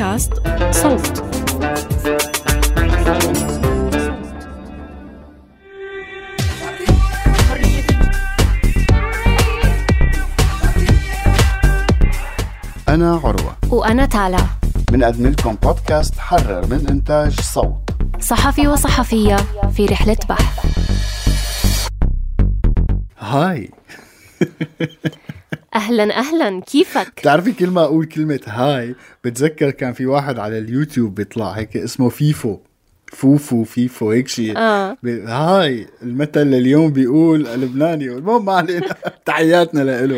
بودكاست صوت. أنا عروة وأنا تالا، بنقدم لكم بودكاست حرر من إنتاج صوت، صحفي وصحفية في رحلة بحث. هاي. أهلا كيفك؟ تعرفي كل ما أقول كلمة هاي بتذكر كان في واحد على اليوتيوب بيطلع هيك اسمه فيفو هيك شيء. هاي المثل اليوم بيقول لبناني، المهم ما علينا. تحياتنا له.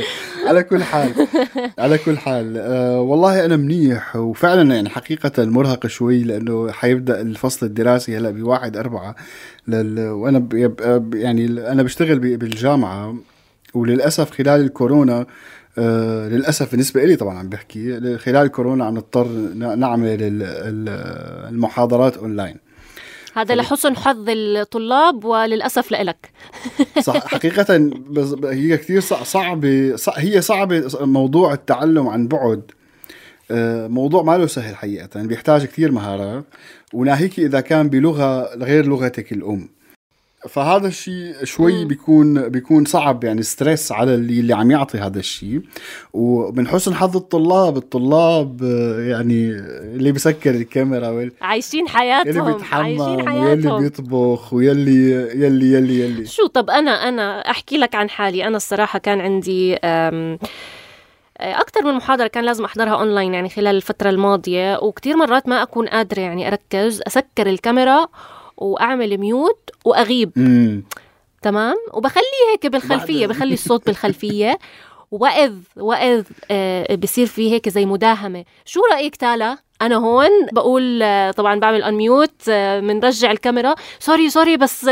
على كل حال والله أنا منيح، وفعلا يعني حقيقة مرهق شوي لأنه حيبدأ الفصل الدراسي هلأ ب1/4 وأنا يعني أنا بشتغل بالجامعة، وللأسف خلال الكورونا للأسف بالنسبة إلي طبعا عم بحكي خلال الكورونا عم نضطر نعمل المحاضرات أونلاين. هذا لحسن حظ الطلاب وللأسف لإلك. صح حقيقة هي كتير صعبة موضوع التعلم عن بعد. موضوع ما له سهل حقيقة، بيحتاج كتير مهارات، وناهيك إذا كان بلغة غير لغتك الأم، فهذا الشيء شوي بيكون صعب، يعني ستريس على اللي عم يعطي هذا الشيء. ومن حسن حظ الطلاب يعني اللي بيسكر الكاميرا عايشين حياتهم، يلي بيتحمم ويلي بيطبخ ويلي شو. طب أنا أحكي لك عن حالي. أنا الصراحة كان عندي أكتر من محاضرة كان لازم أحضرها أونلاين يعني خلال الفترة الماضية، وكتير مرات ما أكون قادرة يعني أركز، أسكر الكاميرا وأعمل ميوت وأغيب. تمام، وبخليه هيك بالخلفية، بخلي الصوت بالخلفية، وإذ بصير فيه هيك زي مداهمة. شو رأيك تالا؟ أنا هون بقول طبعا بعمل أنميوت، منرجع الكاميرا، سوري بس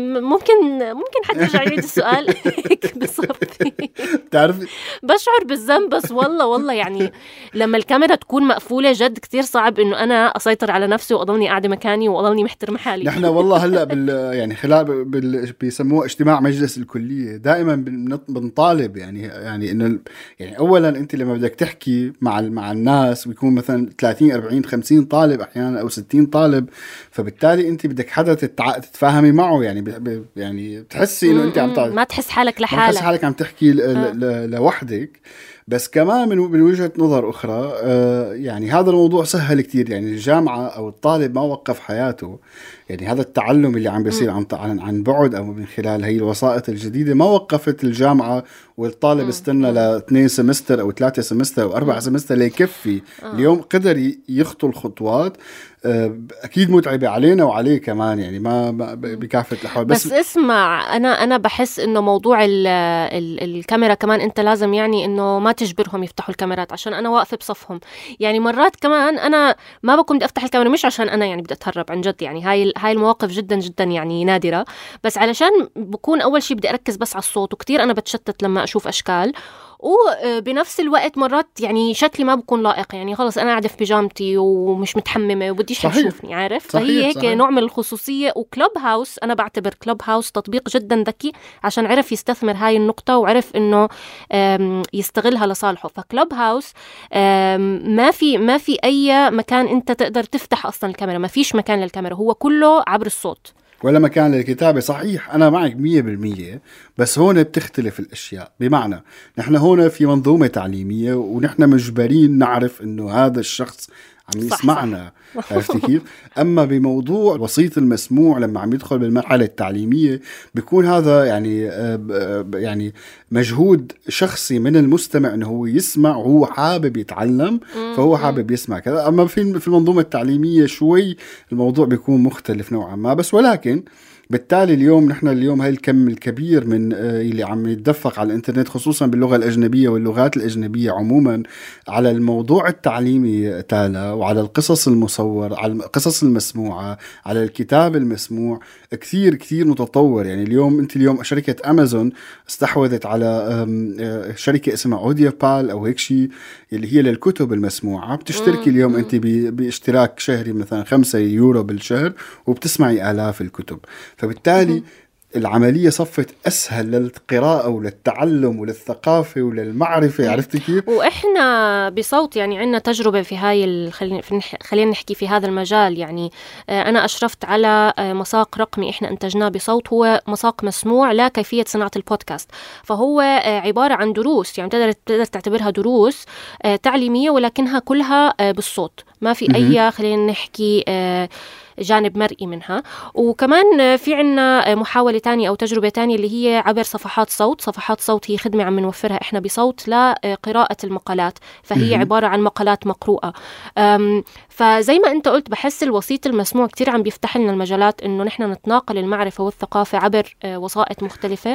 ممكن حد يرجع يعيد السؤال. هيك بصرتي تعرفي بشعر بالذنب، بس والله يعني لما الكاميرا تكون مقفولة جد كتير صعب إنه أنا أسيطر على نفسي وأضلني قاعدة مكاني وأضلني محترمة حالي. نحن والله هلأ يعني خلال بيسموه اجتماع مجلس الكلية دائما بنطالب يعني إنه يعني أولا أنت لما بدك تحكي مع الناس ويكون مثلا 30 40 50 طالب أحيانا أو 60 طالب، فبالتالي أنت بدك حدا تتفاهمي معه، يعني بتحسي إنه أنت ما تحس حالك لحالك، ما تحس حالك عم تحكي لوحدك. بس كمان من وجهة نظر أخرى يعني هذا الموضوع سهل كتير، يعني الجامعة أو الطالب ما وقف حياته، يعني هذا التعلم اللي عم بيصير عن بعد أو من خلال هي الوسائط الجديدة ما وقفت الجامعة، والطالب استنى ل2 سمستر أو 3 سمستر أو 4 سمستر ليكفي. اليوم قدر يخطو الخطوات. أكيد متعبة علينا وعليه كمان، يعني ما بكافة الأحوال. بس اسمع، أنا بحس إنه موضوع الكاميرا كمان أنت لازم يعني إنه ما تجبرهم يفتحوا الكاميرات عشان أنا واقفة بصفهم. يعني مرات كمان أنا ما بكون بدي أفتح الكاميرا، مش عشان أنا يعني بدي أتهرب عن جد، يعني هاي المواقف جدا جدا يعني نادرة، بس علشان بكون أول شيء بدي أركز بس على الصوت، وكتير أنا بتشتت لما أشوف أشكال، وبنفس الوقت مرات يعني شكلي ما بكون لائق، يعني خلص أنا قاعدة في بيجامتي ومش متحممة وبديش يشوفني، عارف؟ فهي هيك نوع من الخصوصية. وكلوب هاوس أنا بعتبر كلوب هاوس تطبيق جدا ذكي عشان عرف يستثمر هاي النقطة وعرف إنه يستغلها لصالحه. فكلوب هاوس ما في أي مكان أنت تقدر تفتح أصلا الكاميرا، ما فيش مكان للكاميرا، هو كله عبر الصوت ولا مكان للكتابة. صحيح أنا معك 100%، بس هون بتختلف الأشياء. بمعنى نحن هون في منظومة تعليمية، ونحن مجبرين نعرف إنه هذا الشخص عم يسمعنا، عرفتي كيف؟ أما بموضوع وسيط المسموع لما عم يدخل بالمرحلة التعليمية بيكون هذا يعني مجهود شخصي من المستمع إنه هو يسمع وهو حابب يتعلم، فهو حابب يسمع كذا. أما في المنظومة التعليمية شوي الموضوع بيكون مختلف نوعا ما، بس ولكن بالتالي نحن اليوم هاي الكم الكبير من اللي عم يتدفق على الانترنت خصوصا باللغة الأجنبية واللغات الأجنبية عموما على الموضوع التعليمي تالا، وعلى القصص المصور، على القصص المسموعة، على الكتاب المسموع، كثير كثير متطور. يعني اليوم شركة أمازون استحوذت على شركة اسمها أوديو بال أو هيك شيء اللي هي للكتب المسموعة. بتشتركي اليوم أنت باشتراك شهري مثلا 5 يورو بالشهر وبتسمعي آلاف الكتب. فبالتالي العملية صفت أسهل للقراءة وللتعلم وللثقافة وللمعرفة. عرفتي كيف؟ وإحنا بصوت يعني عنا تجربة في هاي خلينا نحكي في هذا المجال. يعني أنا أشرفت على مساق رقمي إحنا أنتجناه بصوت، هو مساق مسموع لا كيفية صناعة البودكاست. فهو عبارة عن دروس، يعني تقدر تعتبرها دروس تعليمية، ولكنها كلها بالصوت، ما في أي خلينا نحكي جانب مرئي منها. وكمان في عنا محاولة تانية أو تجربة تانية اللي هي عبر صفحات صوت. صفحات صوت هي خدمة عم نوفرها إحنا بصوت لقراءة المقالات، فهي عبارة عن مقالات مقروءة. فزي ما أنت قلت، بحس الوسيط المسموع كتير عم بيفتح لنا المجالات إنه نحن نتناقل المعرفة والثقافة عبر وسائط مختلفة،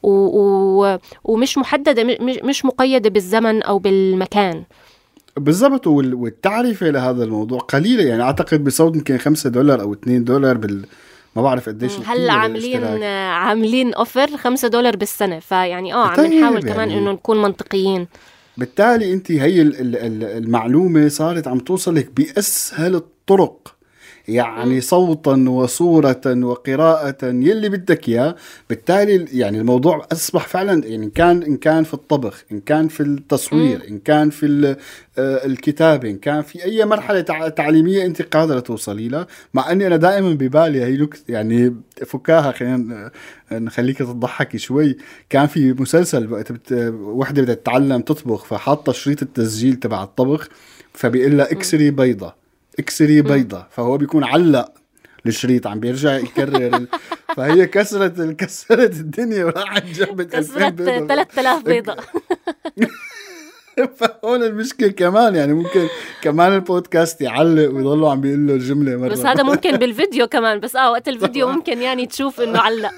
ومش محددة، مش مقيدة بالزمن أو بالمكان. بالضبط. والتعرفة لهذا الموضوع قليلة، يعني أعتقد بصوت يمكن $5 أو $2 ما بعرف قديش. هلا عاملين أوفر $5 بالسنة، فيعني عم نحاول كمان إنه نكون منطقيين. بالتالي أنت هي المعلومة صارت عم توصلك بأسهل الطرق، يعني صوتا وصورة وقراءة يلي بدك إياه. بالتالي يعني الموضوع أصبح فعلا، يعني إن كان في الطبخ، إن كان في التصوير، إن كان في الكتابة، إن كان في أي مرحلة تعليمية أنت قادرة توصلي لها. مع أني أنا دائما ببالي هي يعني فكاهة، خلينا نخليك تضحكي شوي. كان في مسلسل وقت وحدة بدها تتعلم تطبخ، فحاطة شريط التسجيل تبع الطبخ، فبيقول لها اكسري بيضة، فهو بيكون علق الشريط عم بيرجع يكرر فهي كسرت الدنيا وراحت جابت 3000 بيضة. فهون المشكلة كمان، يعني ممكن كمان البودكاست يعلق ويضلوا عم بيقول له الجملة مرة، بس هذا ممكن بالفيديو كمان، بس وقت الفيديو ممكن يعني تشوف انه علق.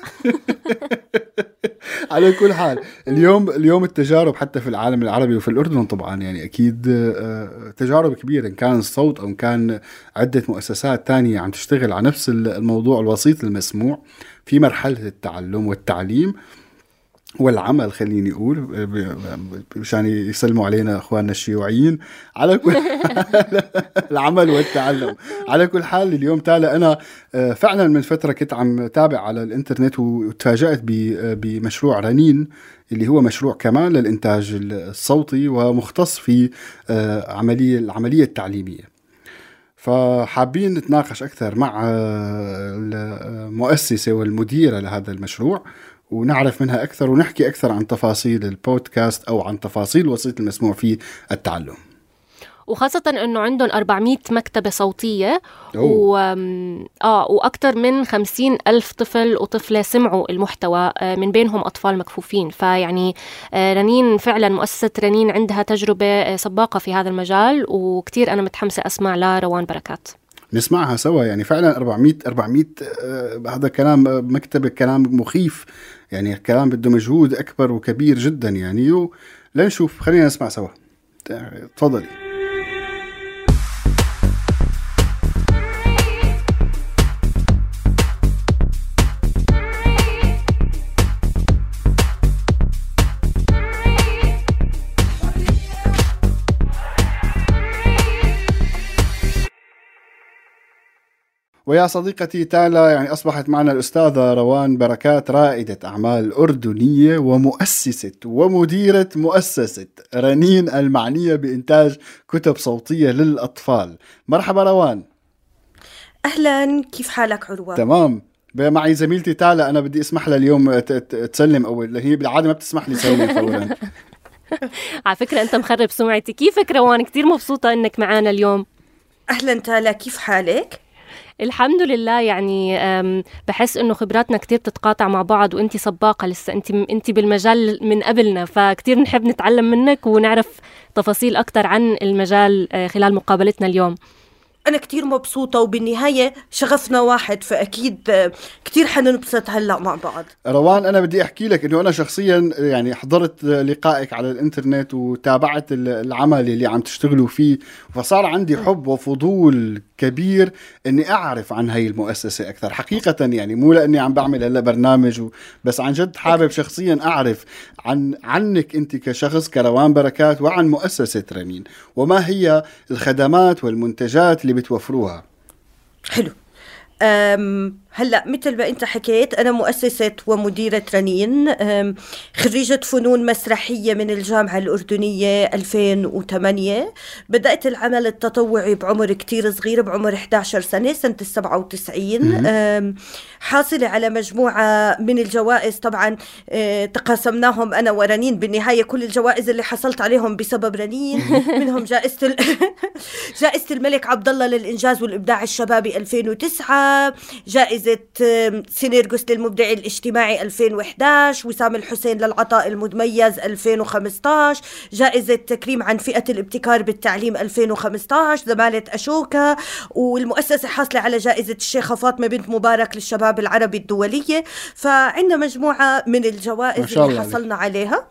على كل حال، اليوم التجارب حتى في العالم العربي وفي الأردن طبعا، يعني أكيد تجارب كبيرة، إن كان الصوت أو إن كان عدة مؤسسات تانية عم تشتغل على نفس الموضوع الوسيط المسموع في مرحلة التعلم والتعليم والعمل. خليني أقول مشان يسلموا علينا أخواننا الشيوعيين. على كل العمل والتعلم. على كل حال، اليوم تالا أنا فعلا من فترة كنت عم تابع على الإنترنت وتفاجأت بمشروع رنين، اللي هو مشروع كمان للإنتاج الصوتي ومختص في العملية التعليمية. فحابين نتناقش أكثر مع المؤسسة والمديرة لهذا المشروع، ونعرف منها أكثر ونحكي أكثر عن تفاصيل البودكاست أو عن تفاصيل الوسيط المسموع في التعلم، وخاصة أنه عندهم 400 مكتبة صوتية وأكثر من 50,000 طفل وطفلة سمعوا المحتوى، من بينهم أطفال مكفوفين. فيعني رنين فعلا، مؤسسة رنين عندها تجربة سباقة في هذا المجال، وكتير أنا متحمسة أسمع لروان بركات. نسمعها سوا. يعني فعلا 400 هذا كلام مكتبة، كلام مخيف، يعني كلام بده مجهود أكبر وكبير جدا يعني. لنشوف، خلينا نسمع سوا. تفضلي. ويا صديقتي تالا، يعني أصبحت معنا الأستاذة روان بركات، رائدة أعمال أردنية ومؤسسة ومديرة مؤسسة رنين المعنية بإنتاج كتب صوتية للأطفال. مرحبا روان. أهلا، كيف حالك عروة؟ تمام. معي زميلتي تالا، أنا بدي أسمح لها اليوم تسلم، أول هي بالعادة ما بتسمح لي سلم فورا. على فكرة أنت مخرب سمعتي. كيفك روان؟ كتير مبسوطة إنك معانا اليوم. أهلا تالا، كيف حالك؟ الحمد لله. يعني بحس انه خبراتنا كتير بتتقاطع مع بعض، وانتي سباقة لسه، انتي بالمجال من قبلنا، فكتير نحب نتعلم منك ونعرف تفاصيل اكتر عن المجال خلال مقابلتنا اليوم. أنا كتير مبسوطة، وبالنهاية شغفنا واحد، فأكيد كتير حننبسط هلأ مع بعض. روان، أنا بدي أحكي لك إنه أنا شخصيا يعني حضرت لقائك على الإنترنت وتابعت العمل اللي عم تشتغلوا فيه، فصار عندي حب وفضول كبير إني أعرف عن هاي المؤسسة أكثر حقيقة. يعني مو لأني عم بعمل هلا برنامج بس عن جد حابب شخصيا أعرف عنك أنت كشخص، كروان بركات، وعن مؤسسة رنين، وما هي الخدمات والمنتجات اللي بتوفروها. حلو. هلأ مثل ما أنت حكيت، أنا مؤسسة ومديرة رنين، خريجة فنون مسرحية من الجامعة الأردنية 2008. بدأت العمل التطوعي بعمر كتير صغير، بعمر 11 سنة، سنة 97. حاصلة على مجموعة من الجوائز، طبعا تقاسمناهم أنا ورنين بالنهاية كل الجوائز اللي حصلت عليهم بسبب رنين. منهم جائزة الملك عبد الله للإنجاز والإبداع الشبابي 2009، جائزة سينيرغوس للمبدع الاجتماعي 2011، وسام الحسين للعطاء المتميز 2015، جائزة تكريم عن فئة الابتكار بالتعليم 2015 زمالة أشوكا، والمؤسسة حاصلة على جائزة الشيخة فاطمة بنت مبارك للشباب العربي الدولية. فعندنا مجموعة من الجوائز اللي حصلنا عليها.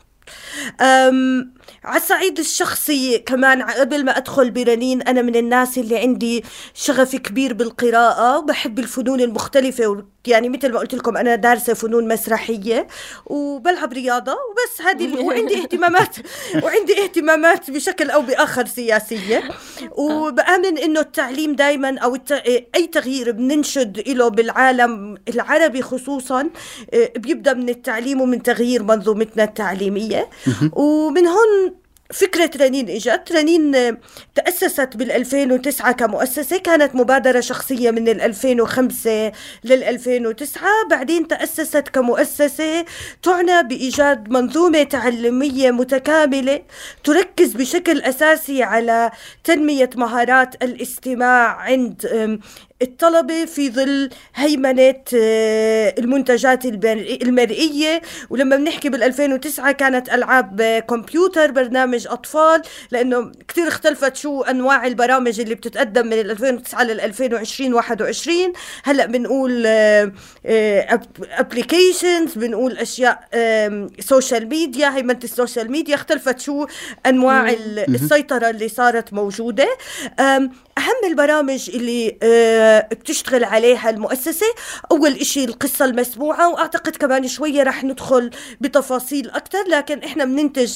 على الصعيد الشخصي كمان، قبل ما أدخل برنين، أنا من الناس اللي عندي شغف كبير بالقراءة وبحب الفنون المختلفة. يعني مثل ما قلت لكم أنا دارسة فنون مسرحية وبلعب رياضة وبس، هذه وعندي اهتمامات بشكل أو بآخر سياسية. وبآمن إنه التعليم دايما أو أي تغيير بننشد إله بالعالم العربي خصوصا بيبدأ من التعليم ومن تغيير منظومتنا التعليمية. ومن هون فكرة رنين إجت. رنين تأسست بال2009 كمؤسسة، كانت مبادرة شخصية من 2005 لل2009. بعدين تأسست كمؤسسة تعنى بإيجاد منظومة تعليمية متكاملة تركز بشكل أساسي على تنمية مهارات الاستماع عند الطلبة في ظل هيمنة المنتجات المرئية. ولما بنحكي بال2009 كانت ألعاب كمبيوتر، برنامج أطفال، لأنه كتير اختلفت شو أنواع البرامج اللي بتتقدم من 2009 لل2020-21. هلأ بنقول applications، بنقول أشياء سوشيال ميديا، هيمنة السوشيال ميديا، اختلفت شو أنواع السيطرة اللي صارت موجودة. أهم البرامج اللي بتشتغل عليها المؤسسة أول إشي القصة المسموعة، وأعتقد كمان شوية رح ندخل بتفاصيل أكتر، لكن إحنا بننتج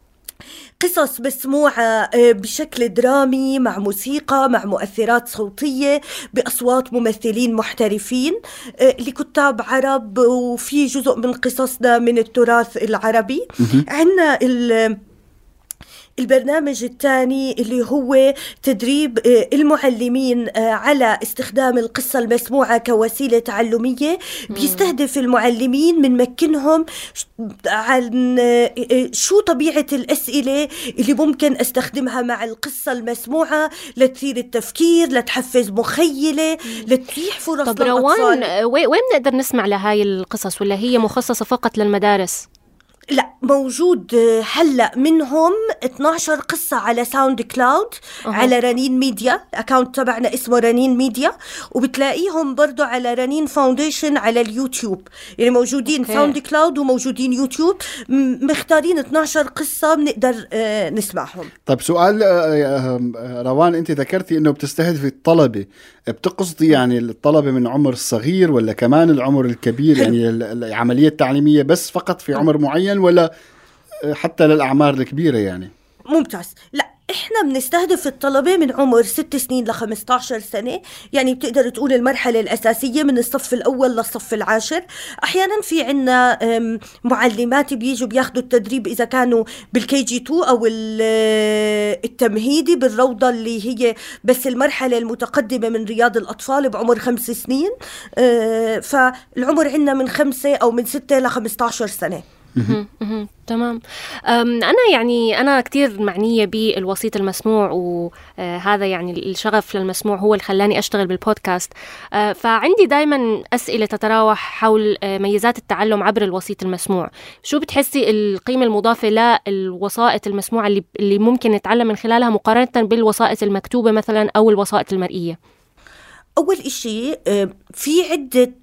قصص مسموعة بشكل درامي مع موسيقى مع مؤثرات صوتية بأصوات ممثلين محترفين لكتاب عرب، وفي جزء من قصصنا من التراث العربي. عنا البرنامج الثاني اللي هو تدريب المعلمين على استخدام القصة المسموعة كوسيلة تعلمية، بيستهدف المعلمين من مكنهم عن شو طبيعة الأسئلة اللي ممكن استخدمها مع القصة المسموعة لتثير التفكير، لتحفز مخيلة، لتتيح فرص للأطفال. طب روان، وين نقدر نسمع لهاي القصص، ولا هي مخصصة فقط للمدارس؟ لا، موجود هلأ منهم 12 قصة على ساوند كلاود. على رنين ميديا، الاكاونت تبعنا اسمه رنين ميديا، وبتلاقيهم برضو على رنين فاونديشن على اليوتيوب. يعني موجودين ساوند كلاود وموجودين يوتيوب، مختارين 12 قصة بنقدر نسمعهم. طيب سؤال روان، انت ذكرتي انه بتستهدف الطلبة، بتقصدي يعني الطلبة من عمر صغير ولا كمان العمر الكبير؟ يعني العملية التعليمية بس فقط في عمر معين ولا حتى للأعمار الكبيرة يعني؟ ممتاز. لا، احنا بنستهدف الطلبة من عمر 6 سنين ل 15 سنة. يعني بتقدر تقول المرحلة الأساسية من الصف الأول للصف العاشر. أحيانا في عنا معلمات بيجوا بياخدوا التدريب إذا كانوا بالكي جي 2 أو التمهيدي بالروضة اللي هي بس المرحلة المتقدمة من رياض الأطفال بعمر 5 سنين. فالعمر عنا من 5 أو من 6 ل 15 سنة. تمام. أنا كتير معنية بالوسيط المسموع، وهذا يعني الشغف للمسموع هو اللي خلاني أشتغل بالبودكاست. فعندي دايما أسئلة تتراوح حول ميزات التعلم عبر الوسيط المسموع. شو بتحسي القيمة المضافة للوسائط المسموعة اللي ممكن نتعلم من خلالها مقارنة بالوسائط المكتوبة مثلا أو الوسائط المرئية؟ أول إشي في عدة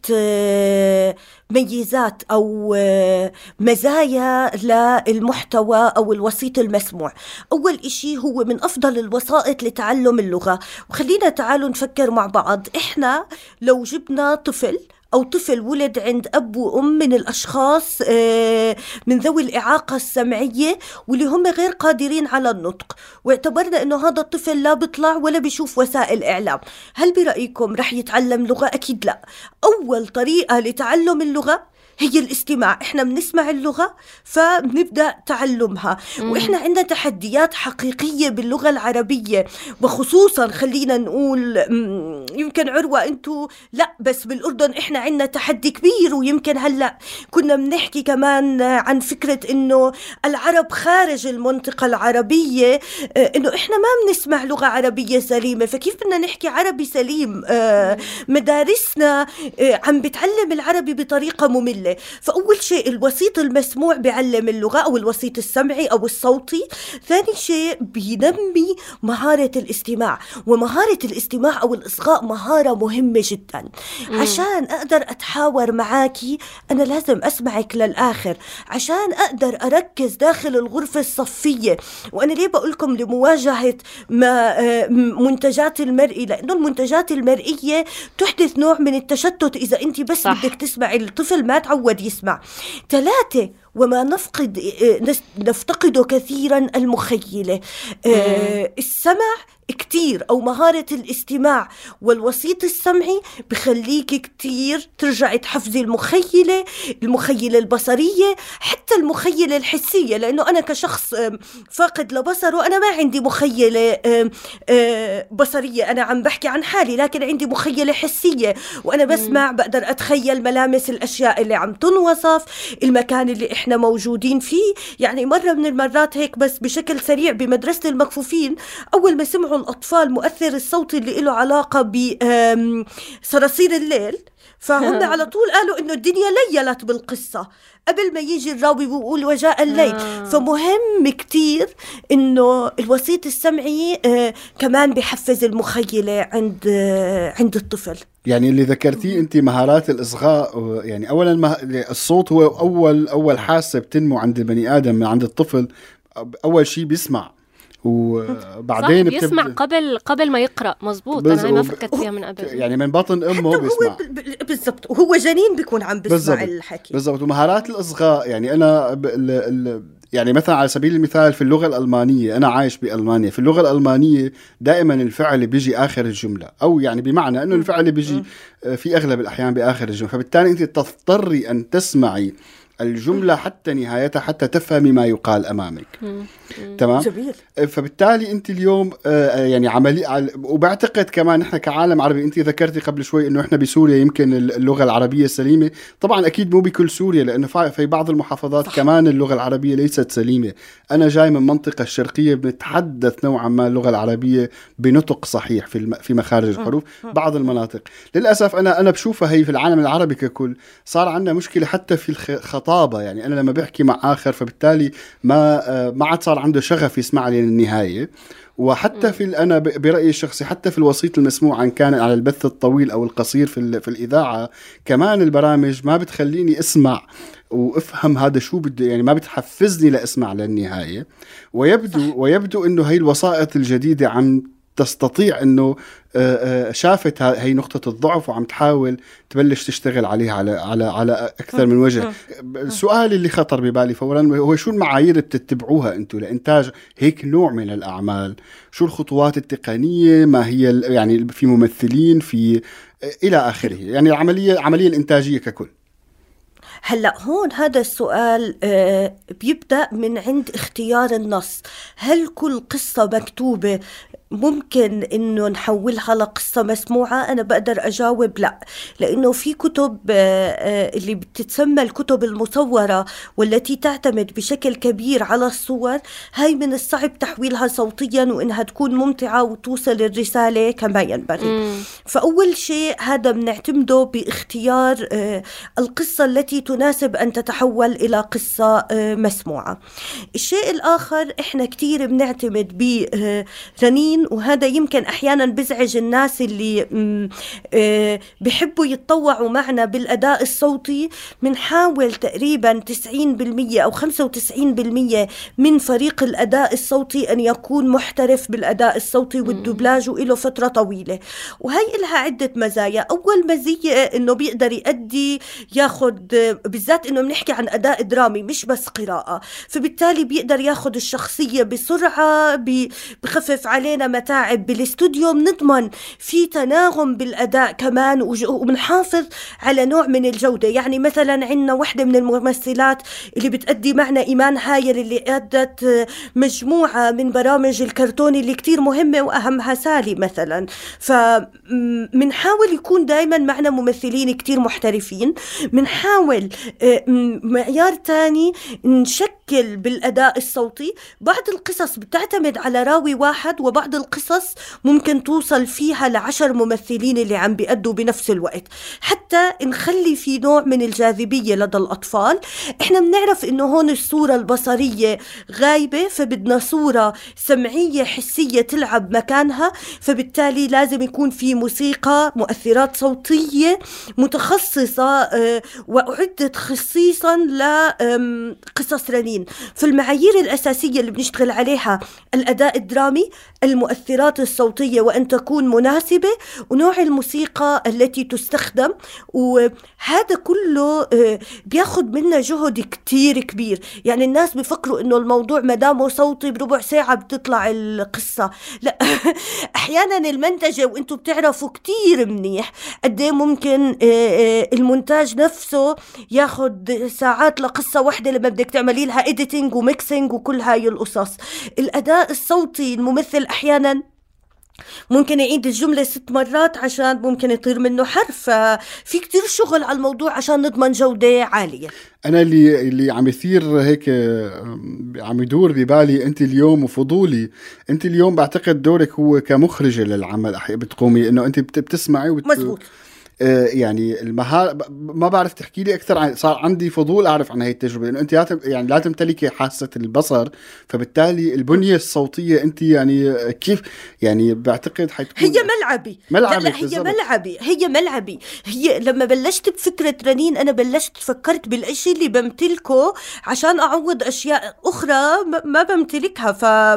ميزات أو مزايا للمحتوى أو الوسيط المسموع. أول إشي هو من أفضل الوسائط لتعلم اللغة. وخلينا تعالوا نفكر مع بعض، إحنا لو جبنا طفل أو طفل ولد عند أب وأم من الأشخاص من ذوي الإعاقة السمعية واللي هم غير قادرين على النطق، واعتبرنا أنه هذا الطفل لا بيطلع ولا بيشوف وسائل إعلام، هل برأيكم رح يتعلم لغة؟ أكيد لا. أول طريقة لتعلم اللغة هي الاستماع. احنا بنسمع اللغة فبنبدأ تعلمها. واحنا عندنا تحديات حقيقية باللغة العربية، وخصوصا خلينا نقول يمكن عروة انتو لا، بس بالأردن احنا عندنا تحدي كبير. ويمكن هلأ كنا بنحكي كمان عن فكرة انه العرب خارج المنطقة العربية، انه احنا ما بنسمع لغة عربية سليمة، فكيف بدنا نحكي عربي سليم؟ مدارسنا عم بتعلم العربي بطريقة مملة. فأول شيء الوسيط المسموع بيعلم اللغة أو الوسيط السمعي أو الصوتي. ثاني شيء بينمي مهارة الاستماع، ومهارة الاستماع أو الإصغاء مهارة مهمة جدا. عشان أقدر أتحاور معاكي أنا لازم أسمعك للآخر، عشان أقدر أركز داخل الغرفة الصفية. وأنا ليه بقولكم لمواجهة منتجات المرئي؟ لأنه المنتجات المرئية تحدث نوع من التشتت إذا أنت بس بدك تسمعي. الطفل ما تعود يسمع. 3 وما نفتقده كثيرا المخيلة. السمع كتير أو مهارة الاستماع والوسيط السمعي بخليك كتير ترجع تحفزي المخيلة البصرية، حتى المخيلة الحسية، لأنه أنا كشخص فاقد لبصر وأنا ما عندي مخيلة بصرية، أنا عم بحكي عن حالي، لكن عندي مخيلة حسية، وأنا بسمع بقدر أتخيل ملامس الأشياء اللي عم تنوصف، المكان اللي إحنا موجودين فيه. يعني مرة من المرات هيك بس بشكل سريع بمدرسة المكفوفين، أول ما سمعوا الأطفال مؤثر الصوتي اللي له علاقة بصراصير الليل، فهم على طول قالوا إنه الدنيا ليلت بالقصة قبل ما يجي الراوي ويقول وجاء الليل. فمهم كتير إنه الوسيط السمعي كمان بيحفز المخيلة عند الطفل. يعني اللي ذكرتيه أنت مهارات الإصغاء، يعني أولا الصوت هو أول حاسة بتنمو عند البني آدم، عند الطفل أول شيء بيسمع، وبعدين بيسمع قبل ما يقرأ. مزبوط، أنا هاي ما فكرت فيها من قبل. يعني من بطن أمه بيسمع بالضبط، وهو جنين بيكون عم بيسمع الحكي بالضبط. ومهارات الإصغاء، يعني أنا يعني مثلا على سبيل المثال في اللغة الألمانية، أنا عايش بألمانيا، في اللغة الألمانية دائما الفعل بيجي آخر الجملة، أو يعني بمعنى أنه الفعل بيجي في أغلب الأحيان بآخر الجملة، فبالتالي أنت تضطري أن تسمعي الجملة حتى نهايتها حتى تفهمي ما يقال أمامك. تمام. جميل. فبالتالي أنت اليوم يعني وبعتقد كمان إحنا كعالم عربي، أنت ذكرتي قبل شوي إنه إحنا بسوريا يمكن اللغة العربية سليمة، طبعا أكيد مو بكل سوريا، لأنه في بعض المحافظات صح. كمان اللغة العربية ليست سليمة. أنا جاي من منطقة الشرقية بنتحدث نوعا ما اللغة العربية بنطق صحيح في مخارج الحروف. بعض المناطق للأسف أنا بشوفها هي في العالم العربي ككل صار عندنا مشكلة حتى في الخطابة. يعني أنا لما بحكي مع آخر فبالتالي ما عاد صار عنده شغف يسمع لي للنهاية. وحتى أنا برأيي الشخصي حتى في الوسيط المسموع، عن كان على البث الطويل أو القصير في الإذاعة، كمان البرامج ما بتخليني أسمع وأفهم هذا شو بده، يعني ما بتحفزني لأسمع للنهاية. ويبدو إنه هاي الوسائط الجديدة عم تستطيع إنه شافت هاي نقطة الضعف وعم تحاول تبلش تشتغل عليها على أكثر من وجه. السؤال اللي خطر ببالي فورا هو شو المعايير اللي بتتبعوها أنتوا لإنتاج هيك نوع من الأعمال؟ شو الخطوات التقنية؟ ما هي يعني في ممثلين في إلى آخره، يعني العملية الإنتاجية ككل؟ هلأ هون هذا السؤال بيبدأ من عند اختيار النص. هل كل قصة مكتوبة ممكن إنه نحولها لقصة مسموعة؟ أنا بقدر أجاوب لا، لأنه في كتب اللي بتتسمى الكتب المصورة والتي تعتمد بشكل كبير على الصور، هاي من الصعب تحويلها صوتيا وإنها تكون ممتعة وتوصل الرسالة كما ينبغي. فأول شيء هذا بنعتمده باختيار القصة التي تناسب أن تتحول إلى قصة مسموعة. الشيء الآخر إحنا كتير بنعتمد برنين، وهذا يمكن أحيانا بزعج الناس اللي بيحبوا يتطوعوا معنا بالأداء الصوتي. منحاول تقريبا 90% أو 95% من فريق الأداء الصوتي أن يكون محترف بالأداء الصوتي والدبلاج وإله فترة طويلة، وهي إلها عدة مزايا. أول مزية إنه بيقدر يأدي ياخد، بالذات إنه بنحكي عن أداء درامي مش بس قراءة، فبالتالي بيقدر ياخد الشخصية بسرعة، بخفف علينا متاعب بالاستوديو، بنضمن في تناغم بالأداء كمان، وبنحافظ على نوع من الجودة. يعني مثلا عندنا واحدة من الممثلات اللي بتأدي معنا إيمان هايل، اللي أدت مجموعة من برامج الكرتون اللي كتير مهمة وأهمها سالي مثلا. فمنحاول يكون دايما معنا ممثلين كتير محترفين. منحاول معيار تاني نشكل بالأداء الصوتي. بعض القصص بتعتمد على راوي واحد، وبعض القصص ممكن توصل فيها ل10 ممثلين اللي عم بيأدوا بنفس الوقت، حتى نخلي في نوع من الجاذبية لدى الأطفال. احنا بنعرف انه هون الصورة البصرية غايبة، فبدنا صورة سمعية حسية تلعب مكانها، فبالتالي لازم يكون في موسيقى، مؤثرات صوتية متخصصة وأعدت خصيصا لقصص رنين. فالمعايير الأساسية اللي بنشتغل عليها الأداء الدرامي، المؤثرات الصوتية وأن تكون مناسبة، ونوع الموسيقى التي تستخدم. وهذا كله بياخد منا جهد كتير كبير. يعني الناس بيفكروا إنه الموضوع مدامه صوتي بربع ساعة بتطلع القصة، لا أحيانا المنتجة، وإنتوا بتعرفوا كتير منيح قديه ممكن المونتاج نفسه ياخد ساعات لقصة واحدة لما بدك تعملي لها إديتينج وميكسينج وكل هاي القصص. الأداء الصوتي الممثل أحيانا ممكن يعيد الجملة 6 مرات عشان ممكن يطير منه حرف. في كتير شغل على الموضوع عشان نضمن جودة عالية. أنا اللي عم يثير هيك عم يدور ببالي، أنت اليوم وفضولي، أنت اليوم بعتقد دورك هو كمخرجة للعمل بتقومي إنه أنت بتسمعي مزبوط. يعني المهارة ما بعرف تحكي لي أكثر صار عندي فضول أعرف عن هاي التجربة، إنه أنت يعني لا تمتلكي حاسة البصر، فبالتالي البنية الصوتية أنت يعني كيف يعني بعتقد حتكون هي ملعبي. لا هي ملعبي. هي لما بلشت بفكرة رنين أنا بلشت فكرت بالأشي اللي بمتلكه عشان أعوض أشياء أخرى ما بمتلكها.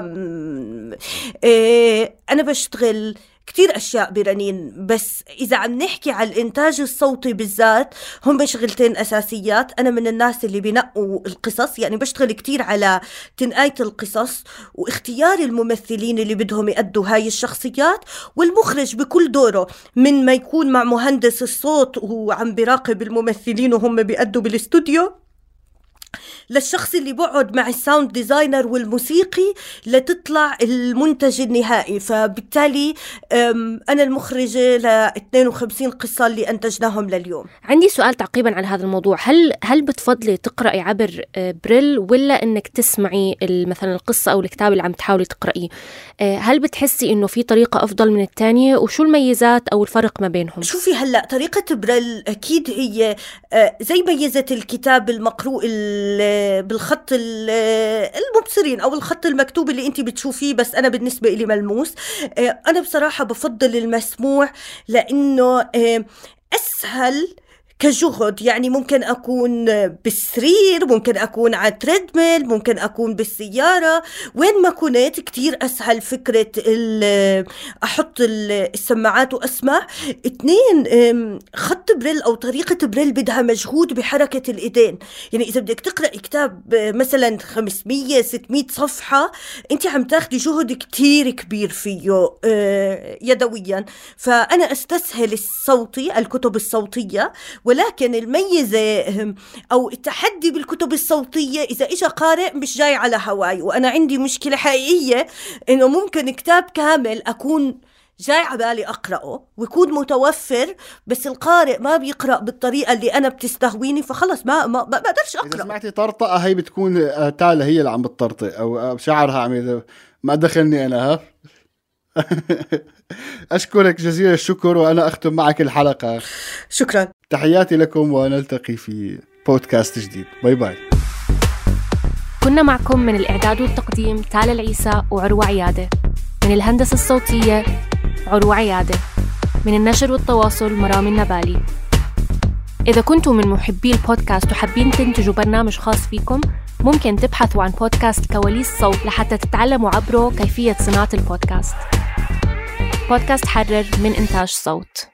أنا بشتغل كتير أشياء برنين، بس إذا عم نحكي على الإنتاج الصوتي بالذات هم شغلتين أساسيات. أنا من الناس اللي بينقوا القصص، يعني بشتغل كتير على تنقاية القصص واختيار الممثلين اللي بدهم يأدوا هاي الشخصيات، والمخرج بكل دوره، من ما يكون مع مهندس الصوت وعم بيراقب الممثلين وهم بيأدوا بالاستوديو، للشخص اللي بقعد مع الساوند ديزاينر والموسيقي لتطلع المنتج النهائي. فبالتالي أنا المخرجة ل 52 قصة اللي أنتجناهم لليوم. عندي سؤال تعقيبا على هذا الموضوع. هل بتفضلي تقرأي عبر بريل ولا إنك تسمعي مثلا القصة أو الكتاب اللي عم تحاولي تقرأيه؟ هل بتحسي إنه في طريقة أفضل من التانية، وشو الميزات أو الفرق ما بينهم؟ شوفي هلأ طريقة بريل أكيد هي زي ميزة الكتاب المقروء بالخط المبصرين أو الخط المكتوب اللي أنت بتشوفيه، بس أنا بالنسبة إلي ملموس. أنا بصراحة بفضل المسموع لأنه أسهل كجهد. يعني ممكن أكون بالسرير، ممكن أكون على تريدميل، ممكن أكون بالسيارة، وين ما كنت كتير أسهل فكرة أحط السماعات وأسمع. 2 خط بريل أو طريقة بريل بدها مجهود بحركة الإيدين. يعني إذا بدك تقرأ كتاب مثلا 500-600 صفحة أنت عم تاخدي جهد كتير كبير فيه يدويا. فأنا أستسهل الكتب الصوتية، ولكن الميزة أو التحدي بالكتب الصوتية إذا إجا قارئ مش جاي على هواي. وأنا عندي مشكلة حقيقية إنه ممكن كتاب كامل أكون جاي عبالي أقرأه ويكون متوفر، بس القارئ ما بيقرأ بالطريقة اللي أنا بتستهويني، فخلص ما بقدرش أقرأ. إذا سمعتي طرطقة هي بتكون تالا هي اللي عم بتطرطق أو شعرها عم ما دخلني أنا. أشكرك جزيل الشكر، وأنا أختم معك الحلقة. شكرا. تحياتي لكم، ونلتقي في بودكاست جديد. باي باي. كنا معكم من الإعداد والتقديم تالا العيسى وعروة عيادة، من الهندسة الصوتية عروة عيادة، من النشر والتواصل مرام النبالي. إذا كنتم من محبي البودكاست وحابين تنتجوا برنامج خاص فيكم، ممكن تبحثوا عن بودكاست كواليس صوت لحتى تتعلموا عبره كيفية صناعة البودكاست. بودكاست حرر من إنتاج صوت.